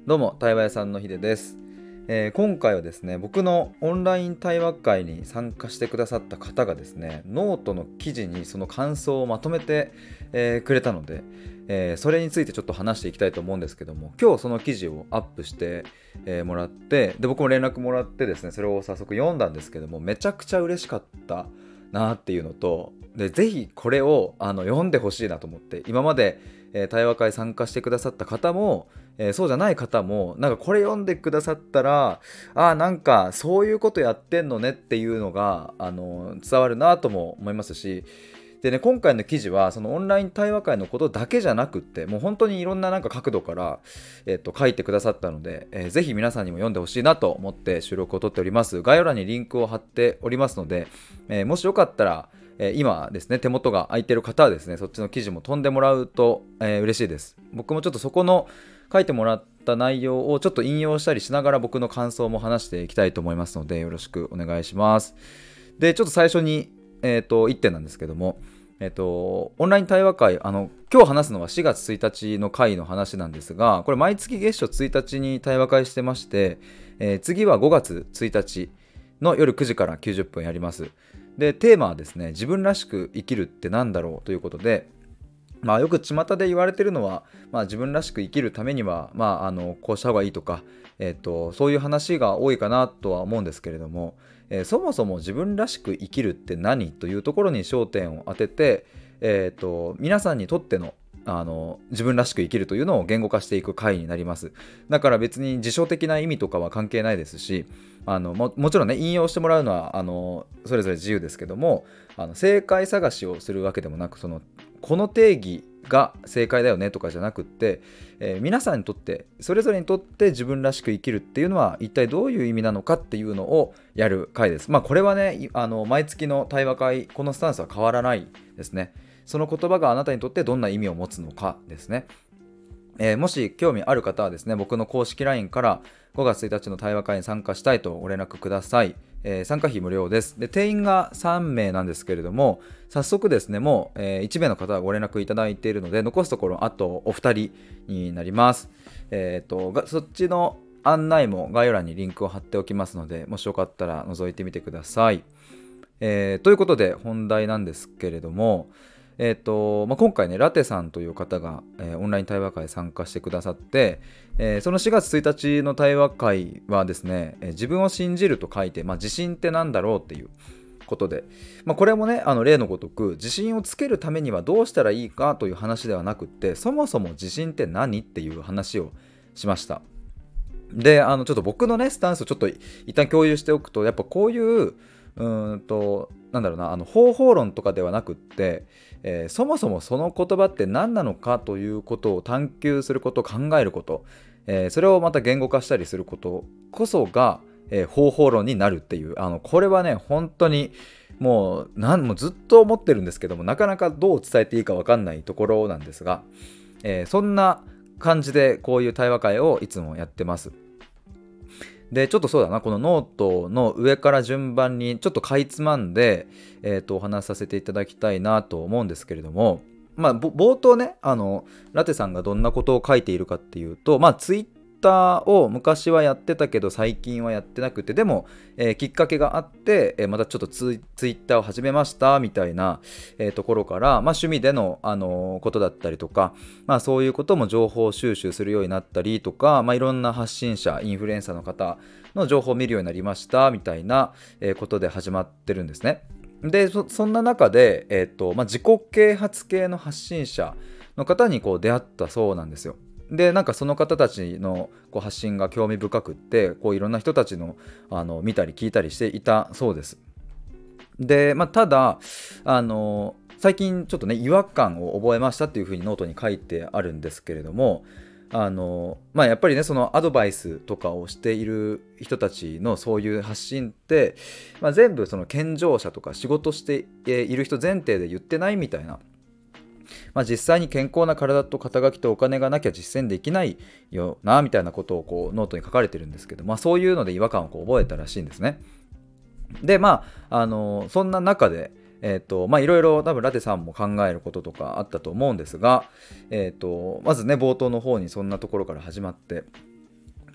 どうも対話屋さんのひでです。今回はですね、僕のオンライン対話会に参加してくださった方がですね、ノートの記事にその感想をまとめて、くれたので、それについてちょっと話していきたいと思うんですけども、今日その記事をアップして、もらって、で僕も連絡もらってですね、それを早速読んだんですけども、めちゃくちゃ嬉しかったなっていうのと、でぜひこれを読んでほしいなと思って、今まで、対話会参加してくださった方も、そうじゃない方もなんかこれ読んでくださったら、なんかそういうことやってんのねっていうのが伝わるなとも思いますし、でね、今回の記事はそのオンライン対話会のことだけじゃなくって、もう本当にいろんななんか角度から、書いてくださったので、ぜひ皆さんにも読んでほしいなと思って収録を撮っております。概要欄にリンクを貼っておりますので、もしよかったら今ですね、手元が空いてる方はですね、そっちの記事も飛んでもらうと、嬉しいです。僕もちょっとそこの書いてもらった内容をちょっと引用したりしながら僕の感想も話していきたいと思いますので、よろしくお願いします。で、ちょっと最初に、1点なんですけども、オンライン対話会、今日話すのは4月1日の回の話なんですが、これ毎月月初1日に対話会してまして、次は5月1日の夜9時から90分やります。で、テーマはですね、自分らしく生きるってなんだろうということで、よく巷で言われているのは、自分らしく生きるためには、こうした方がいいとか、そういう話が多いかなとは思うんですけれども、そもそも自分らしく生きるって何というところに焦点を当てて、皆さんにとっての自分らしく生きるというのを言語化していく回になります。だから別に辞書的な意味とかは関係ないですし、もちろんね、引用してもらうのはそれぞれ自由ですけども、正解探しをするわけでもなく、この定義が正解だよねとかじゃなくって、皆さんにとってそれぞれにとって自分らしく生きるっていうのは一体どういう意味なのかっていうのをやる回です。これはね、毎月の対話会、このスタンスは変わらないですね。その言葉があなたにとってどんな意味を持つのかですね。もし興味ある方はですね、僕の公式 LINE から5月1日の対話会に参加したいとご連絡ください。参加費無料です。で、定員が3名なんですけれども、早速ですね、もう、1名の方はご連絡いただいているので、残すところあとお二人になります。そっちの案内も概要欄にリンクを貼っておきますので、もしよかったら覗いてみてください。ということで本題なんですけれども、今回ね、ラテさんという方が、オンライン対話会参加してくださって、その4月1日の対話会はですね、自分を信じると書いて、自信ってなんだろうっていうことで、これもね、例のごとく自信をつけるためにはどうしたらいいかという話ではなくって、そもそも自信って何っていう話をしました。で、ちょっと僕のねスタンスをちょっと一旦共有しておくと、やっぱこういうなんだろうな、方法論とかではなくって、そもそもその言葉って何なのかということを探求すること、考えること、それをまた言語化したりすることこそが、方法論になるっていう、これはね本当にもうずっと思ってるんですけども、なかなかどう伝えていいか分かんないところなんですが、そんな感じでこういう対話会をいつもやってます。で、ちょっとそうだな、このノートの上から順番にちょっとかいつまんで、お話しさせていただきたいなと思うんですけれども、冒頭ね、ラテさんがどんなことを書いているかっていうと、ツイッターを昔はやってたけど最近はやってなくて、でも、きっかけがあって、またちょっとツイッターを始めましたみたいな、ところから、趣味での、ことだったりとか、そういうことも情報収集するようになったりとか、いろんな発信者、インフルエンサーの方の情報を見るようになりましたみたいな、ことで始まってるんですね。で、そんな中で、自己啓発系の発信者の方に出会ったそうなんですよ。で、なんかその方たちの発信が興味深くって、いろんな人たちの、見たり聞いたりしていたそうです。で、ただ最近ちょっとね違和感を覚えましたっていうふうにノートに書いてあるんですけれども、やっぱりね、そのアドバイスとかをしている人たちのそういう発信って、全部その健常者とか仕事している人前提で言ってないみたいな、実際に健康な体と肩書きとお金がなきゃ実践できないよなみたいなことをノートに書かれてるんですけど、そういうので違和感を覚えたらしいんですね。で、そんな中でいろいろ多分ラテさんも考えることとかあったと思うんですが、まずね冒頭の方にそんなところから始まって、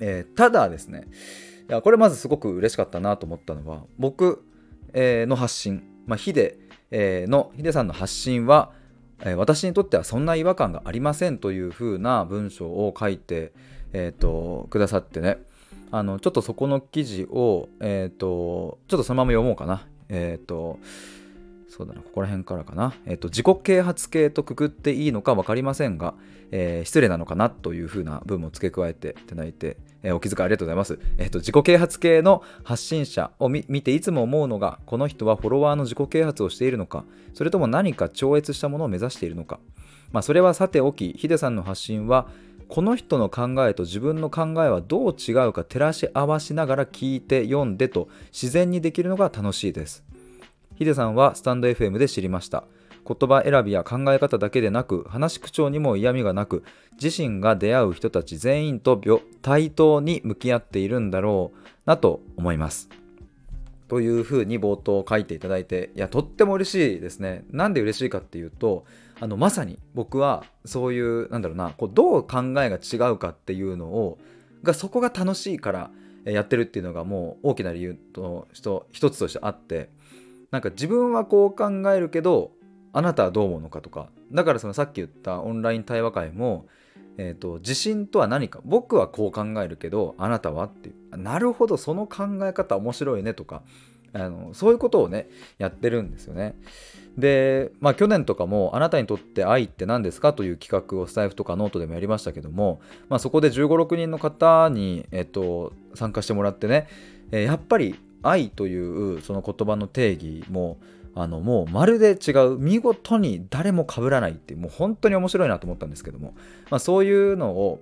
ただですね、いやこれまずすごく嬉しかったなと思ったのは、僕、の発信、ヒデさんの発信は、私にとってはそんな違和感がありませんという風な文章を書いて、くださってね、ちょっとそこの記事を、ちょっとそのまま読もうかな。そうだな、ここら辺からかな。自己啓発系とくくっていいのか分かりませんが、失礼なのかなというふうな文も付け加えていただいて、お気遣いありがとうございます。自己啓発系の発信者を見ていつも思うのが、この人はフォロワーの自己啓発をしているのか、それとも何か超越したものを目指しているのか。それはさておき、ヒデさんの発信は、この人の考えと自分の考えはどう違うか照らし合わしながら聞いて読んでと自然にできるのが楽しいです。ヒデさんはスタンド FM で知りました。言葉選びや考え方だけでなく、話し口調にも嫌味がなく、自身が出会う人たち全員と対等に向き合っているんだろうなと思います。というふうに冒頭書いていただいて、いや、とっても嬉しいですね。なんで嬉しいかっていうと、まさに僕はそういう、どう考えが違うかっていうのを、そこが楽しいからやってるっていうのがもう大きな理由の一つとしてあって、自分はこう考えるけどあなたはどう思うのかとか、だからそのさっき言ったオンライン対話会も、自信とは何か、僕はこう考えるけどあなたはっていう、なるほどその考え方面白いねとか、そういうことをねやってるんですよね。で、去年とかもあなたにとって愛って何ですかという企画をスタイフとかノートでもやりましたけども、そこで15、6人の方に、参加してもらってね、やっぱり愛というその言葉の定義ももうまるで違う、見事に誰も被らないっていう、もう本当に面白いなと思ったんですけども、そういうのを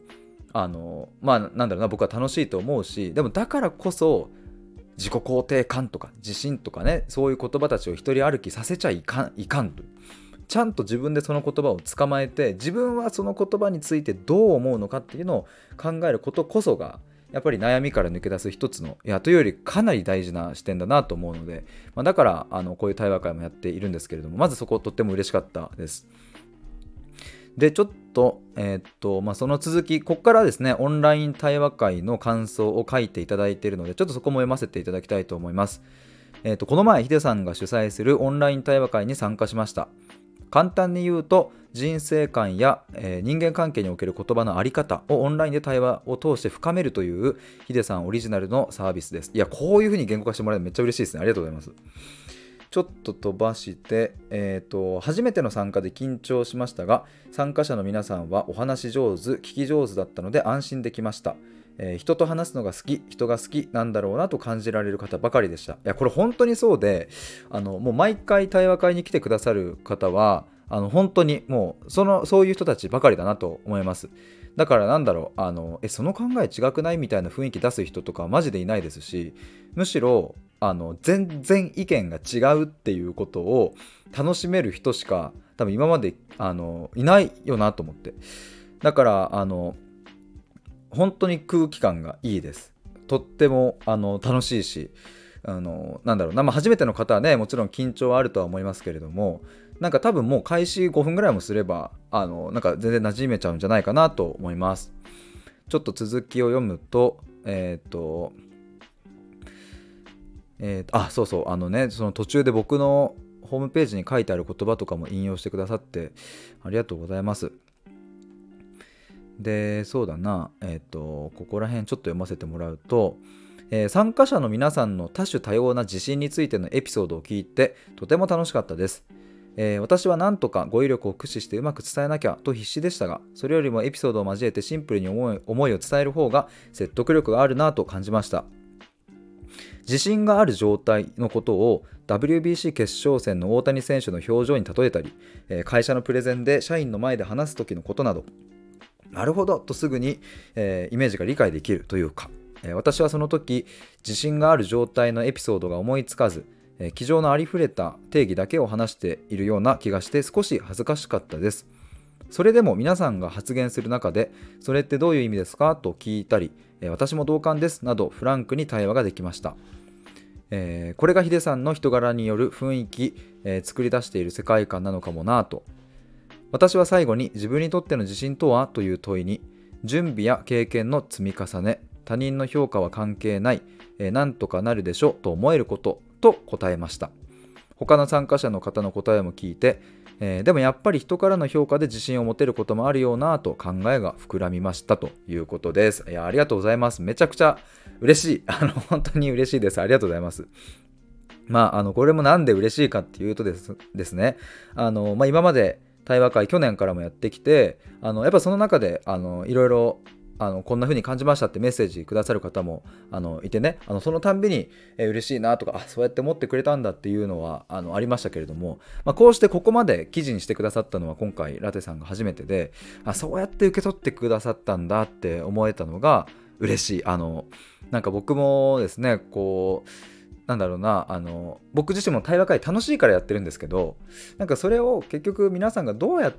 僕は楽しいと思うし、でもだからこそ自己肯定感とか自信とかね、そういう言葉たちを一人歩きさせちゃいかんと、ちゃんと自分でその言葉を捕まえて、自分はその言葉についてどう思うのかっていうのを考えることこそが、やっぱり悩みから抜け出す一つの、というよりかなり大事な視点だなと思うので、だからこういう対話会もやっているんですけれども、まずそことっても嬉しかったです。でちょっと、その続き、ここからですね、オンライン対話会の感想を書いていただいているので、ちょっとそこも読ませていただきたいと思います。この前ヒデさんが主催するオンライン対話会に参加しました。簡単に言うと、人生観や、人間関係における言葉のあり方をオンラインで対話を通して深めるというヒデさんオリジナルのサービスです。いや、こういう風に言語化してもらえるのめっちゃ嬉しいですね。ありがとうございます。ちょっと飛ばして、初めての参加で緊張しましたが、参加者の皆さんはお話上手、聞き上手だったので安心できました。人と話すのが好き、人が好きなんだろうなと感じられる方ばかりでした。いや、これ本当にそうで、もう毎回対話会に来てくださる方は、本当にもうそういう人たちばかりだなと思います。だからその考え違くないみたいな雰囲気出す人とかマジでいないですし、むしろ全然意見が違うっていうことを楽しめる人しか多分今までいないよなと思って、だから本当に空気感がいいです。とっても楽しいし、初めての方はね、もちろん緊張はあるとは思いますけれども、多分もう開始5分ぐらいもすれば全然馴染めちゃうんじゃないかなと思います。ちょっと続きを読むと、そうそう、その途中で僕のホームページに書いてある言葉とかも引用してくださってありがとうございます。で、そうだな、ここら辺ちょっと読ませてもらうと、参加者の皆さんの多種多様な自信についてのエピソードを聞いてとても楽しかったです。私は何とか語彙力を駆使してうまく伝えなきゃと必死でしたが、それよりもエピソードを交えてシンプルに思いを伝える方が説得力があるなと感じました。自信がある状態のことを WBC 決勝戦の大谷選手の表情に例えたり、会社のプレゼンで社員の前で話す時のことなど、なるほどとすぐに、イメージが理解できるというか、私はその時自信がある状態のエピソードが思いつかず、机上のありふれた定義だけを話しているような気がして少し恥ずかしかったです。それでも皆さんが発言する中で、それってどういう意味ですかと聞いたり、私も同感ですなどフランクに対話ができました。これがヒデさんの人柄による雰囲気、作り出している世界観なのかもなと。私は最後に自分にとっての自信とはという問いに、準備や経験の積み重ね、 他人の評価は関係ない、なんとかなるでしょと思えることと答えました。他の参加者の方の答えも聞いて、でもやっぱり人からの評価で自信を持てることもあるよなと考えが膨らみましたということです。いや、ありがとうございます。めちゃくちゃ嬉しい。本当に嬉しいです。ありがとうございます。これもなんで嬉しいかっていうとですね、今まで対話会去年からもやってきて、やっぱその中でいろいろこんな風に感じましたってメッセージくださる方もいてね、そのたんびに、嬉しいなとか、そうやって思ってくれたんだっていうのはありましたけれども、こうしてここまで記事にしてくださったのは今回ラテさんが初めてで、そうやって受け取ってくださったんだって思えたのが嬉しい。なんか僕もですね、こうなんだろうな、僕自身も対話会楽しいからやってるんですけど、なんかそれを結局皆さんがどうやって、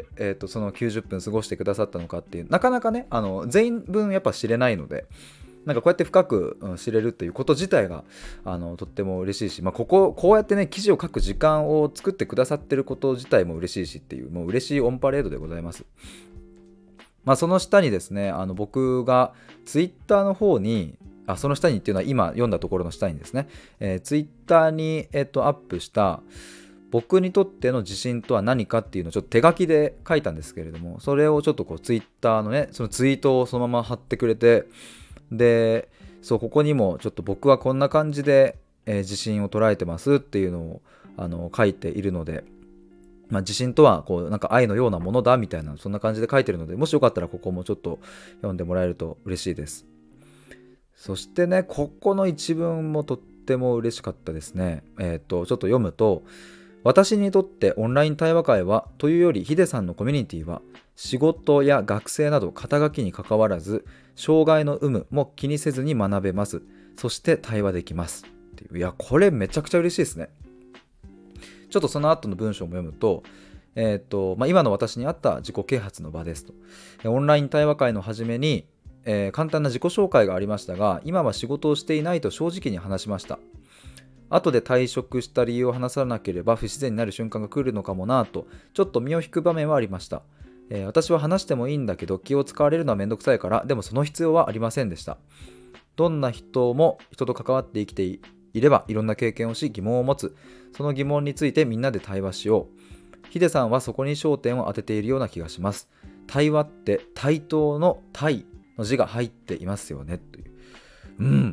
その90分過ごしてくださったのかっていう、なかなかね全員分やっぱ知れないので、なんかこうやって深く知れるっていうこと自体がとっても嬉しいし、こうやってね記事を書く時間を作ってくださってること自体も嬉しいしっていう、もう嬉しいオンパレードでございます。その下にですね、僕がツイッターの方にその下にっていうのは今読んだところの下にですね、ツイッターに、アップした僕にとっての自信とは何かっていうのをちょっと手書きで書いたんですけれども、それをちょっとこうツイッターのねそのツイートをそのまま貼ってくれて、でここにもちょっと僕はこんな感じで、自信を捉えてますっていうのを書いているので、自信とはこうなんか愛のようなものだみたいな、そんな感じで書いてるので、もしよかったらここもちょっと読んでもらえると嬉しいです。そしてね、ここの一文もとっても嬉しかったですね。ちょっと読むと、私にとってオンライン対話会はというよりヒデさんのコミュニティは仕事や学生など肩書きに関わらず障害の有無も気にせずに学べます。そして対話できますっていう。いや、これめちゃくちゃ嬉しいですね。ちょっとその後の文章も読むと、今の私にあった自己啓発の場ですと。オンライン対話会の初めに、簡単な自己紹介がありましたが、今は仕事をしていないと正直に話しました。後で退職した理由を話さなければ不自然になる瞬間が来るのかもなと、ちょっと身を引く場面はありました。私は話してもいいんだけど気を使われるのはめんどくさいから、でもその必要はありませんでした。どんな人も人と関わって生きていればいろんな経験をし疑問を持つ。その疑問についてみんなで対話しよう。ヒデさんはそこに焦点を当てているような気がします。対話って対等の対の字が入っていますよねという。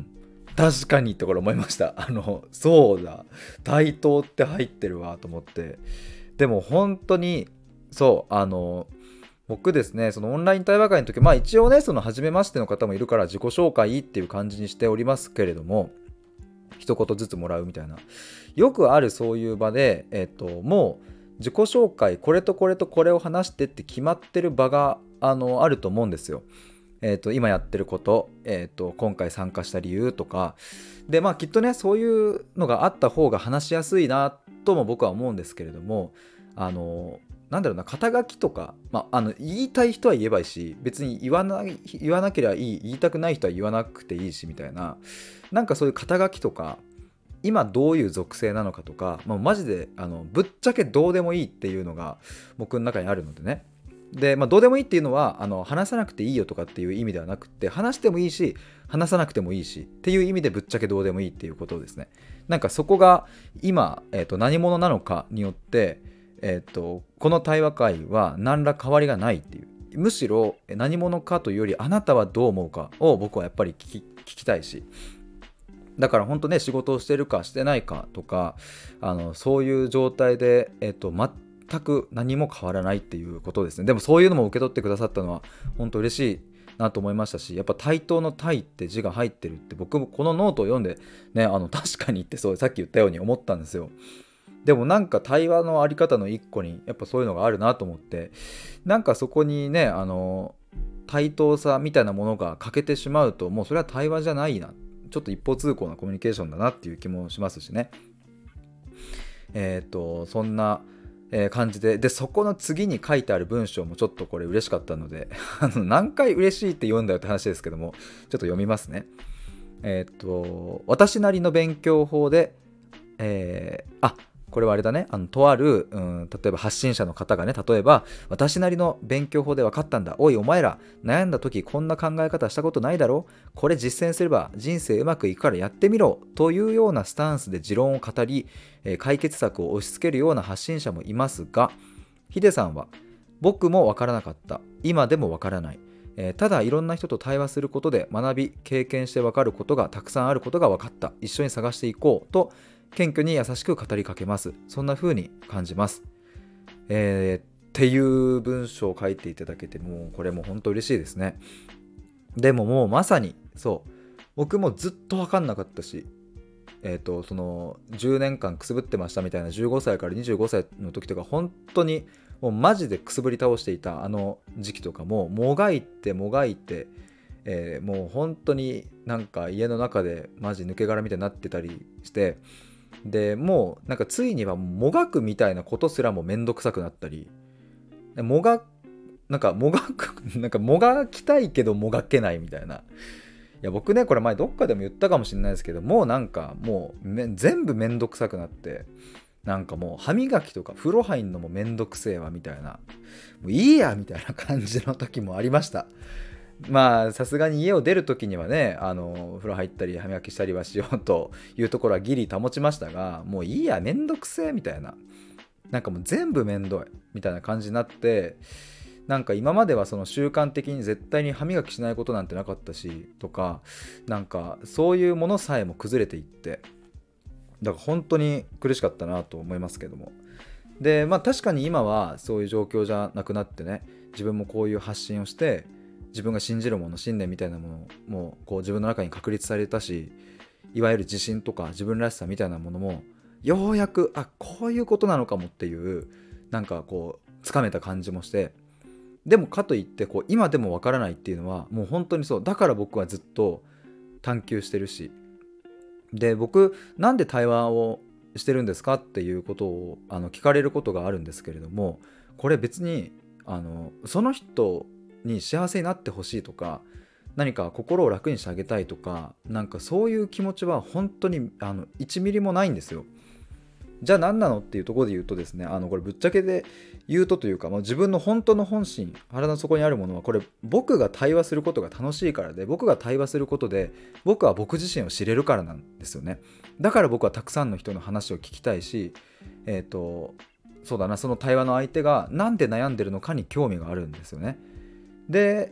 確かにってこれ思いました。そうだ、対等って入ってるわと思って。でも本当にそう僕ですね、そのオンライン対話会の時、一応ねその初めましての方もいるから自己紹介っていう感じにしておりますけれども、一言ずつもらうみたいな、よくあるそういう場で、もう自己紹介これとこれとこれを話してって決まってる場があると思うんですよ。今やってること、今回参加した理由とかで、きっとねそういうのがあった方が話しやすいなとも僕は思うんですけれども、なんだろうな、肩書きとか、言いたい人は言えばいいし、別に言わなければいい、言いたくない人は言わなくていいしみたいな、なんかそういう肩書きとか今どういう属性なのかとか、マジでぶっちゃけどうでもいいっていうのが僕の中にあるのでね。で、どうでもいいっていうのは話さなくていいよとかっていう意味ではなくて、話してもいいし話さなくてもいいしっていう意味でぶっちゃけどうでもいいっていうことですね。なんかそこが今、何者なのかによって、この対話会は何ら変わりがないっていう、むしろ何者かというよりあなたはどう思うかを僕はやっぱり聞きたいし、だから本当ね、仕事をしてるかしてないかとかそういう状態で、全く何も変わらないっていうことですね。でもそういうのも受け取ってくださったのは本当嬉しいなと思いましたし、やっぱ対等の対って字が入ってるって僕もこのノートを読んでね、確かにってさっき言ったように思ったんですよ。でもなんか対話のあり方の一個にやっぱそういうのがあるなと思って、なんかそこにね対等さみたいなものが欠けてしまうと、もうそれは対話じゃないな、ちょっと一方通行なコミュニケーションだなっていう気もしますしね。そんな感じで、そこの次に書いてある文章もちょっとこれ嬉しかったので何回嬉しいって読んだよって話ですけども、ちょっと読みますね。私なりの勉強法で、 これはあれだね、とある、例えば発信者の方がね、例えば私なりの勉強法で分かったんだ、おいお前ら悩んだ時こんな考え方したことないだろ、これ実践すれば人生うまくいくからやってみろというようなスタンスで持論を語り、解決策を押し付けるような発信者もいますが、ヒデさんは僕も分からなかった、今でも分からない、ただいろんな人と対話することで学び経験して分かることがたくさんあることが分かった、一緒に探していこうと謙虚に優しく語りかけます。そんな風に感じます。っていう文章を書いていただけて、もうこれも本当嬉しいですね。でももうまさにそう僕もずっと分かんなかったし、その10年間くすぶってましたみたいな15歳から25歳の時とか本当にもうマジでくすぶり倒していたあの時期とかももがいてもがいて、もう本当になんか家の中でマジ抜け殻みたいになってたりして、でもうなんかついにはもがくみたいなことすらもめんどくさくなったり、もがなんかもがくなんかもがきたいけどもがけないみたいな。いや僕ねこれ前どっかでも言ったかもしれないですけど、もうなんかもう全部めんどくさくなって、なんかもう歯磨きとか風呂入んのもめんどくせえわみたいな、もういいやみたいな感じの時もありました。まあさすがに家を出る時にはね、風呂入ったり歯磨きしたりはしようというところはギリ保ちましたが、もういいやめんどくせえみたいな、なんかもう全部めんどいみたいな感じになって、なんか今まではその習慣的に絶対に歯磨きしないことなんてなかったしとか、なんかそういうものさえも崩れていって、だから本当に苦しかったなと思いますけども、でまあ確かに今はそういう状況じゃなくなってね、自分もこういう発信をして自分が信じるもの、信念みたいなものもこう自分の中に確立されたし、いわゆる自信とか自分らしさみたいなものもようやくこういうことなのかもっていうなんかこうつかめた感じもして、でもかといってこう今でもわからないっていうのはもう本当にそう、だから僕はずっと探求してるし、で僕なんで対話をしてるんですかっていうことを聞かれることがあるんですけれども、これ別にその人に幸せになってほしいとか、何か心を楽にしてあげたいとか、なんかそういう気持ちは本当に1ミリもないんですよ。じゃあ何なのっていうところで言うとですね、これぶっちゃけで言うとというか、自分の本当の本心、腹の底にあるものは、これ僕が対話することが楽しいからで、僕が対話することで僕は僕自身を知れるからなんですよね。だから僕はたくさんの人の話を聞きたいし、そうだな、その対話の相手がなんで悩んでるのかに興味があるんですよね。で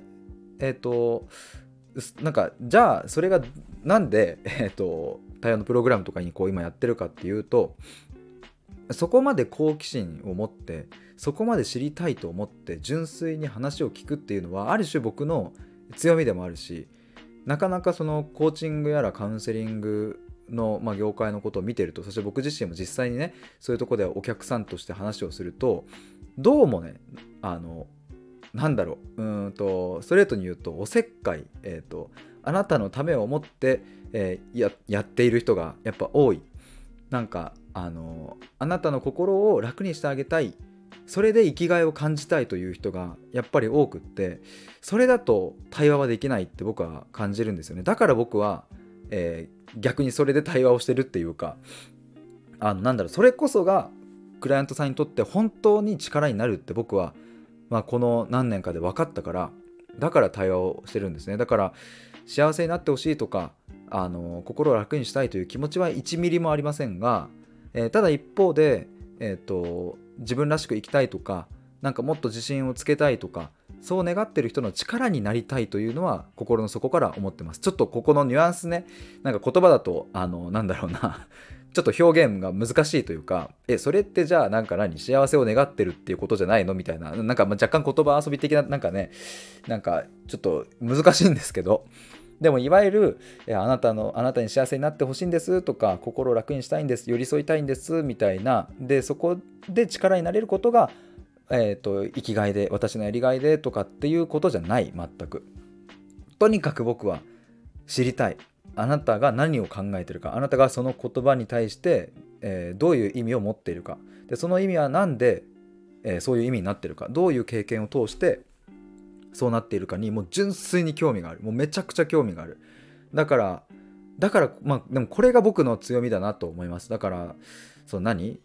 なんかじゃあそれがなんで対話のプログラムとかにこう今やってるかっていうと、そこまで好奇心を持って、そこまで知りたいと思って純粋に話を聞くっていうのはある種僕の強みでもあるし、なかなかそのコーチングやらカウンセリングの、業界のことを見てると、そして僕自身も実際にねそういうところでお客さんとして話をすると、どうもねなんだろう、ストレートに言うとおせっかい、あなたのためを思って、やっている人がやっぱ多い。なんかあなたの心を楽にしてあげたい、それで生きがいを感じたいという人がやっぱり多くって、それだと対話はできないって僕は感じるんですよね。だから僕は、逆にそれで対話をしてるっていうか、それこそがクライアントさんにとって本当に力になるって僕は、この何年かで分かったから、だから対話をしてるんですね。だから幸せになってほしいとか心を楽にしたいという気持ちは1ミリもありませんが、ただ一方で、自分らしく生きたいとか、なんかもっと自信をつけたいとか、そう願ってる人の力になりたいというのは心の底から思ってます。ちょっとここのニュアンスね、なんか言葉だとちょっと表現が難しいというか、それってじゃあ幸せを願ってるっていうことじゃないのみたいな、若干言葉遊び的ななんかちょっと難しいんですけど、でもいわゆるあなたに幸せになってほしいんですとか、心を楽にしたいんです、寄り添いたいんですみたいな、でそこで力になれることが、生きがいで、私のやりがいでとかっていうことじゃない。全く。とにかく僕は知りたい、あなたが何を考えているか、あなたがその言葉に対して、どういう意味を持っているか、でその意味は何で、そういう意味になっているか、どういう経験を通してそうなっているかにもう純粋に興味がある。もうめちゃくちゃ興味がある。だからでもこれが僕の強みだなと思います。だから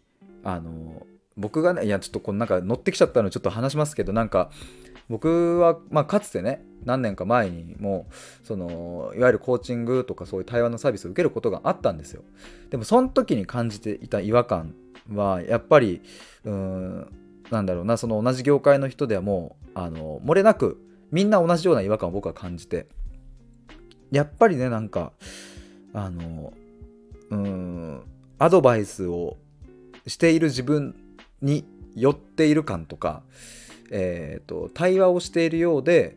あの僕がね、いやちょっとこのなんか乗ってきちゃったのでちょっと話しますけど、なんか僕は、かつてね、何年か前にもそのいわゆるコーチングとかそういう対話のサービスを受けることがあったんですよ。でもその時に感じていた違和感はやっぱりなんだろうな、その同じ業界の人ではもう漏れなくみんな同じような違和感を僕は感じて、やっぱりね、なんかあのアドバイスをしている自分に寄っている感とか、対話をしているようで、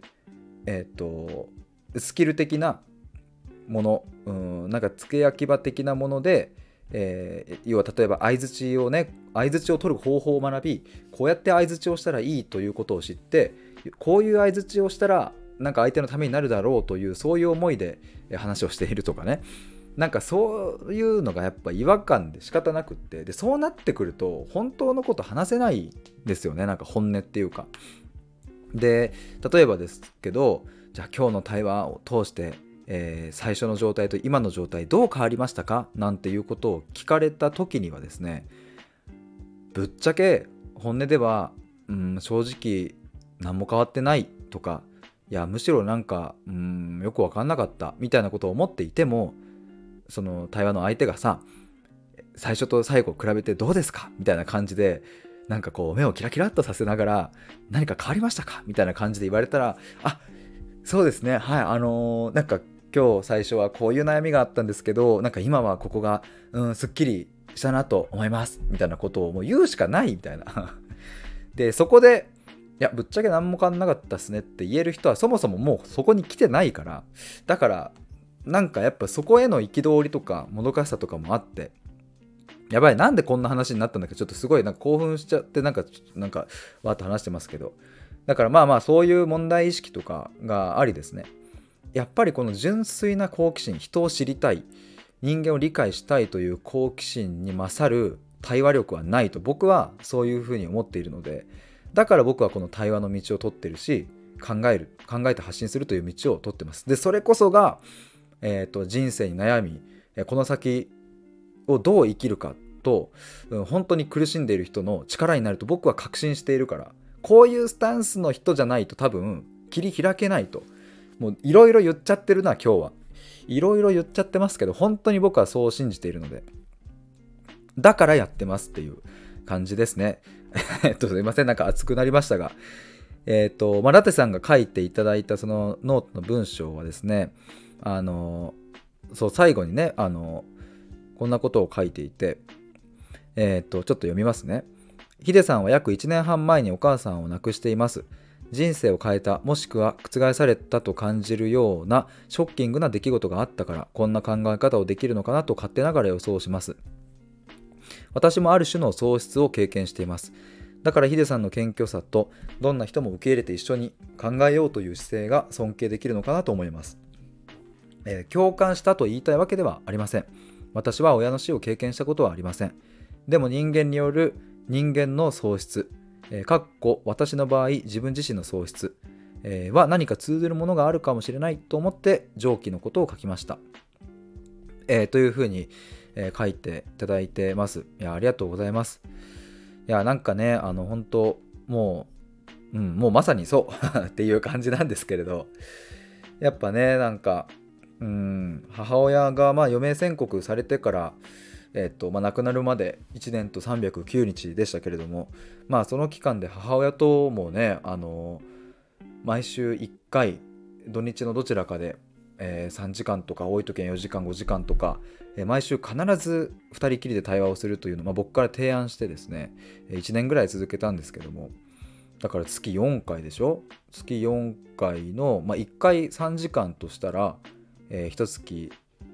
スキル的なもの、なんか付け焼き場的なもので、要は例えば相槌をね、相槌を取る方法を学び、こうやって相槌をしたらいいということを知って、こういう相槌をしたらなんか相手のためになるだろうという、そういう思いで話をしているとかね、なんかそういうのがやっぱ違和感で仕方なくって、でそうなってくると本当のこと話せないですよね、なんか本音っていうか。で例えばですけど、じゃあ今日の対話を通して、最初の状態と今の状態どう変わりましたかなんていうことを聞かれた時にはですね、ぶっちゃけ本音では、正直何も変わってないとか、いやむしろなんかよく分かんなかったみたいなことを思っていても、その対話の相手がさ、最初と最後を比べてどうですかみたいな感じで、なんかこう目をキラキラっとさせながら、何か変わりましたかみたいな感じで言われたら、あ、そうですね、はい、なんか今日最初はこういう悩みがあったんですけど、なんか今はここがすっきりしたなと思いますみたいなことをもう言うしかないみたいなでそこで、いやぶっちゃけ何も変わんなかったっすねって言える人はそもそももうそこに来てないから、だからなんかやっぱそこへの憤りとかもどかしさとかもあって、やばい、なんでこんな話になったんだっけ、ちょっとすごいなんか興奮しちゃって、なんかわーっと話してますけど、だからそういう問題意識とかがありですね、やっぱりこの純粋な好奇心、人を知りたい、人間を理解したいという好奇心に勝る対話力はないと僕はそういうふうに思っているので、だから僕はこの対話の道を取ってるし、考えて発信するという道を取ってます。でそれこそが、人生に悩み、この先をどう生きるかと、本当に苦しんでいる人の力になると僕は確信しているから、こういうスタンスの人じゃないと多分切り開けないと。もういろいろ言っちゃってるな今日は。いろいろ言っちゃってますけど、本当に僕はそう信じているので、だからやってますっていう感じですねすいません、なんか熱くなりましたが、ラテさんが書いていただいたそのノートの文章はですね、そう最後にね、こんなことを書いていて、ちょっと読みますね。ヒデさんは約1年半前にお母さんを亡くしています。人生を変えた、もしくは覆されたと感じるようなショッキングな出来事があったから、こんな考え方をできるのかなと勝手ながら予想します。私もある種の喪失を経験しています。だからヒデさんの謙虚さと、どんな人も受け入れて一緒に考えようという姿勢が尊敬できるのかなと思います。共感したと言いたいわけではありません。私は親の死を経験したことはありません。でも人間による人間の喪失、私の場合自分自身の喪失、は何か通ずるものがあるかもしれないと思って上記のことを書きました。というふうに、書いていただいてます。いや、ありがとうございます。いや、なんかね、本当もうまさにそうっていう感じなんですけれど、やっぱね、なんか母親が余命宣告されてから、亡くなるまで1年と309日でしたけれども、その期間で母親ともね、毎週1回土日のどちらかで、3時間とか多い時は4時間5時間とか、毎週必ず2人きりで対話をするというのを、僕から提案してですね、1年ぐらい続けたんですけども、だから月4回でしょ、月4回の、1回3時間としたら、1月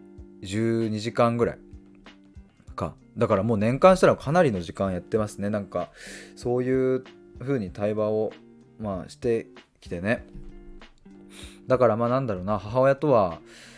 12時間ぐらいか。だからもう年間したらかなりの時間やってますね。なんかそういう風に対話をしてきてね。だからなんだろうな、母親とは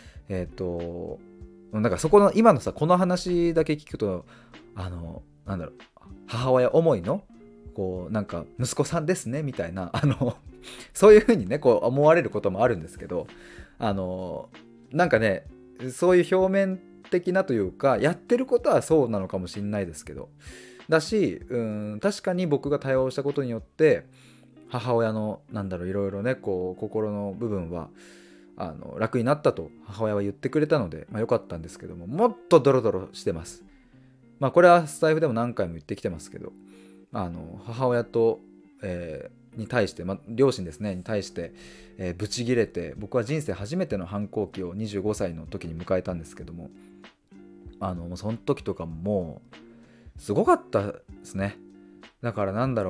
だからそこの今のさ、この話だけ聞くとなんだろう、母親思いのこうなんか息子さんですねみたいなそういう風にねこう思われることもあるんですけど、なんかね、そういう表面的なというか、やってることはそうなのかもしれないですけど、 だし、確かに僕が対応したことによって母親のいろいろねこう心の部分は楽になったと母親は言ってくれたので、良かったんですけども、もっとドロドロしてます。これはスタイフでも何回も言ってきてますけど、母親と、に対して、両親ですねに対して、ブチギレて、僕は人生初めての反抗期を25歳の時に迎えたんですけども、もうその時とかもうすごかったですね。だから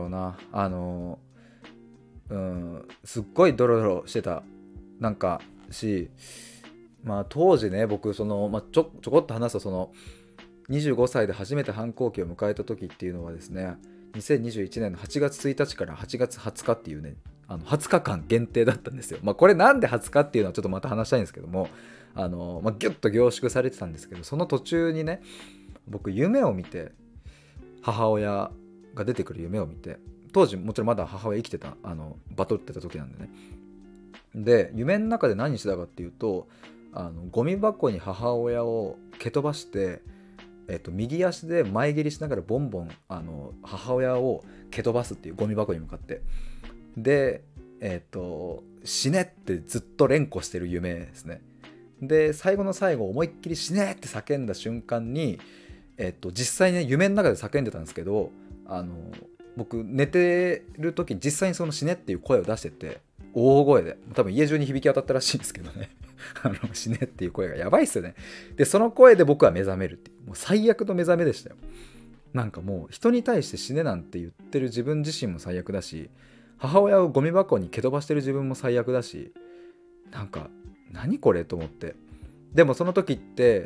すっごいドロドロしてたなんかし、当時ね僕ちょこっと話すと、25歳で初めて反抗期を迎えた時っていうのはですね、2021年の8月1日から8月20日っていうね、20日間限定だったんですよ。これなんで20日っていうのはちょっとまた話したいんですけども、ギュッと凝縮されてたんですけど、その途中にね、僕夢を見て、母親が出てくる夢を見て、当時もちろんまだ母親生きてた、バトってた時なんでね。で、夢の中で何してたかっていうと、ゴミ箱に母親を蹴飛ばして、右足で前蹴りしながらボンボン母親を蹴飛ばすっていう、ゴミ箱に向かって。で、死ねってずっと連呼してる夢ですね。で、最後の最後思いっきり死ねって叫んだ瞬間に、実際にね夢の中で叫んでたんですけど、僕寝てる時に実際にその死ねっていう声を出してて、大声で多分家中に響き渡ったらしいんですけどね死ねっていう声がやばいっすよね。でその声で僕は目覚めるっていう、もう最悪の目覚めでしたよ。なんかもう人に対して死ねなんて言ってる自分自身も最悪だし、母親をゴミ箱に蹴飛ばしてる自分も最悪だし、なんか何これと思って。でもその時って、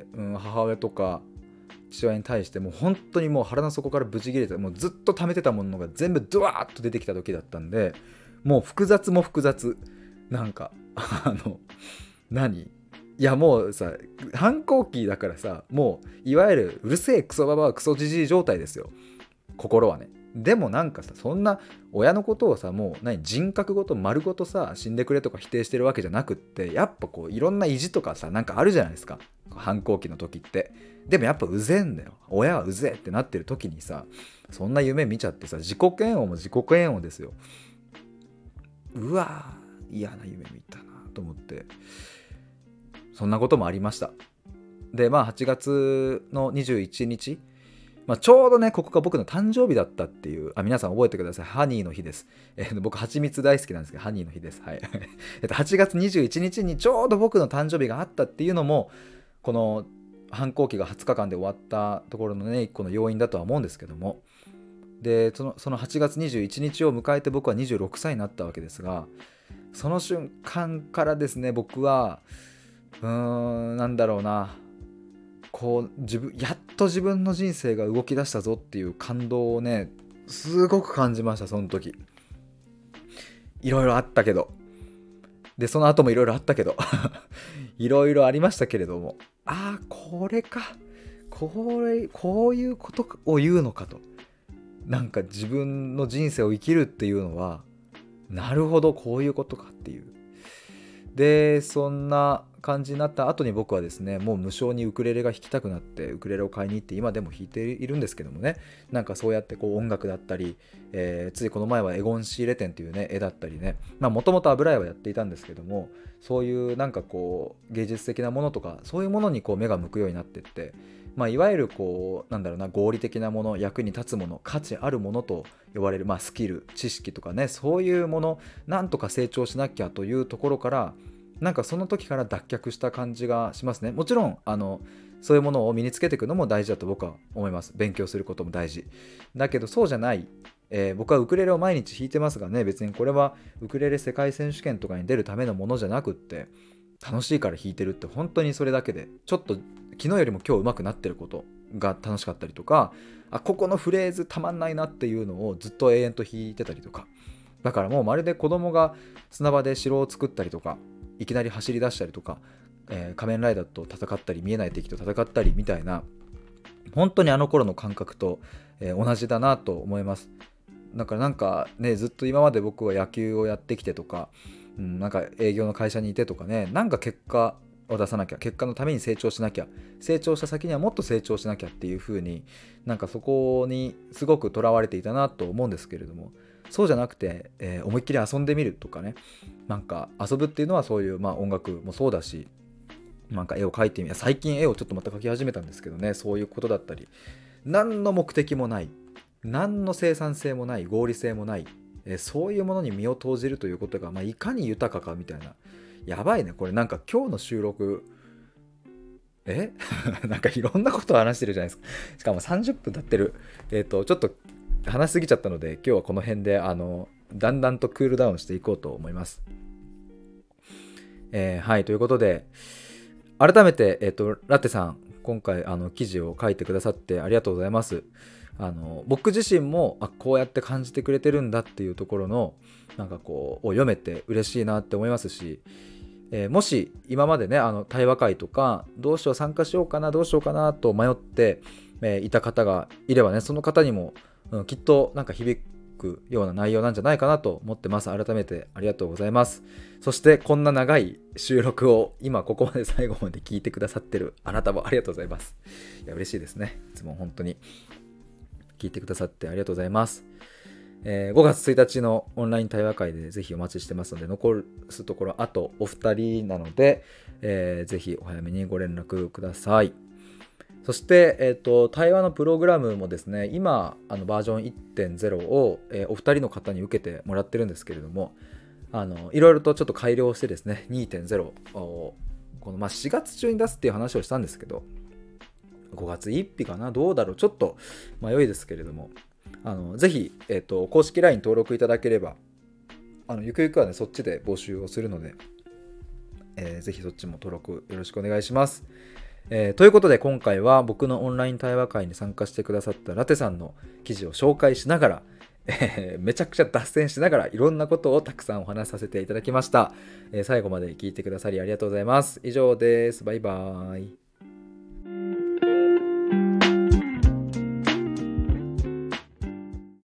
母親とか父親に対してもう本当にもう腹の底からブチ切れて、もうずっと溜めてたものが全部ドワーッと出てきた時だったんで、もう複雑も複雑。なんか何いやもうさ、反抗期だからさ、もういわゆるうるせえクソババアクソジジイ状態ですよ、心はね。でもなんかさ、そんな親のことをさ、もう人格ごと丸ごとさ死んでくれとか否定してるわけじゃなくって、やっぱこういろんな意地とかさなんかあるじゃないですか、反抗期の時って。でもやっぱうぜえんだよ、親はうぜえってなってる時にさ、そんな夢見ちゃってさ、自己嫌悪も自己嫌悪ですよ。うわー嫌な夢見たなと思って、そんなこともありました。で8月の21日、ちょうどねここが僕の誕生日だったっていう、皆さん覚えてください、ハニーの日です。僕蜂蜜大好きなんですけど、ハニーの日です。はい8月21日にちょうど僕の誕生日があったっていうのも、この反抗期が20日間で終わったところのね一個の要因だとは思うんですけども、でその8月21日を迎えて僕は26歳になったわけですが、その瞬間からですね、僕はこうやっと自分の人生が動き出したぞっていう感動をねすごく感じました。その時いろいろあったけど、でその後もいろいろあったけどいろいろありましたけれども、これか、こういうことを言うのかと。なんか自分の人生を生きるっていうのは、なるほどこういうことかっていう。でそんな感じになった後に僕はですね、もう無償にウクレレが弾きたくなってウクレレを買いに行って、今でも弾いているんですけどもね。なんかそうやってこう音楽だったり、ついこの前はエゴン・シーレ展っていうね絵だったりね、もともと油絵はやっていたんですけども、そういうなんかこう芸術的なものとかそういうものにこう目が向くようになってって、いわゆるこう合理的なもの、役に立つもの、価値あるものと呼ばれる、スキル、知識とかね、そういうもの、なんとか成長しなきゃというところから、なんかその時から脱却した感じがしますね。もちろんそういうものを身につけていくのも大事だと僕は思います。勉強することも大事だけど、そうじゃない、僕はウクレレを毎日弾いてますがね、別にこれはウクレレ世界選手権とかに出るためのものじゃなくって、楽しいから弾いてるって、本当にそれだけでちょっと昨日よりも今日上手くなってることが楽しかったりとか、ここのフレーズたまんないなっていうのをずっと永遠と弾いてたりとか、だからもうまるで子供が砂場で城を作ったりとか、いきなり走り出したりとか、仮面ライダーと戦ったり見えない敵と戦ったりみたいな、本当にあの頃の感覚と、同じだなと思います。だからなんかね、ずっと今まで僕は野球をやってきてとか、なんか営業の会社にいてとかね、なんか結果を出さなきゃ、結果のために成長しなきゃ、成長した先にはもっと成長しなきゃっていう風に、なんかそこにすごくとらわれていたなと思うんですけれども、そうじゃなくて、思いっきり遊んでみるとかね、なんか遊ぶっていうのはそういう、音楽もそうだし、なんか絵を描いてみる、最近絵をちょっとまた描き始めたんですけどね、そういうことだったり、何の目的もない、何の生産性もない、合理性もない、そういうものに身を投じるということが、いかに豊かかみたいな。やばいね、これなんか今日の収録、なんかいろんなことを話してるじゃないですか。しかも30分経ってる。ちょっと話しすぎちゃったので、今日はこの辺でだんだんとクールダウンしていこうと思います。はい、ということで、改めて、ラテさん、今回記事を書いてくださってありがとうございます。僕自身もこうやって感じてくれてるんだっていうところのなんかこうを読めて嬉しいなって思いますし、もし今までね対話会とかどうしよう参加しようかなどうしようかなと迷って、いた方がいればね、その方にも、きっとなんか響くような内容なんじゃないかなと思ってます。改めてありがとうございます。そしてこんな長い収録を今ここまで最後まで聞いてくださってるあなたもありがとうございます。いや嬉しいですね。いつも本当に聞いてくださってありがとうございます。5月1日のオンライン対話会でぜひお待ちしてますので、残すところあとお二人なので、ぜひお早めにご連絡ください。そして、対話のプログラムもですね、今バージョン 1.0 を、お二人の方に受けてもらってるんですけれども、いろいろとちょっと改良してですね 2.0 をこの、4月中に出すっていう話をしたんですけど、5月1日かな、どうだろう、ちょっと迷いですけれども、ぜひ、公式 LINE 登録いただければ、ゆくゆくはねそっちで募集をするので、ぜひそっちも登録よろしくお願いします。ということで今回は僕のオンライン対話会に参加してくださったラテさんの記事を紹介しながら、めちゃくちゃ脱線しながらいろんなことをたくさんお話しさせていただきました。最後まで聞いてくださりありがとうございます。以上です。バイバーイ。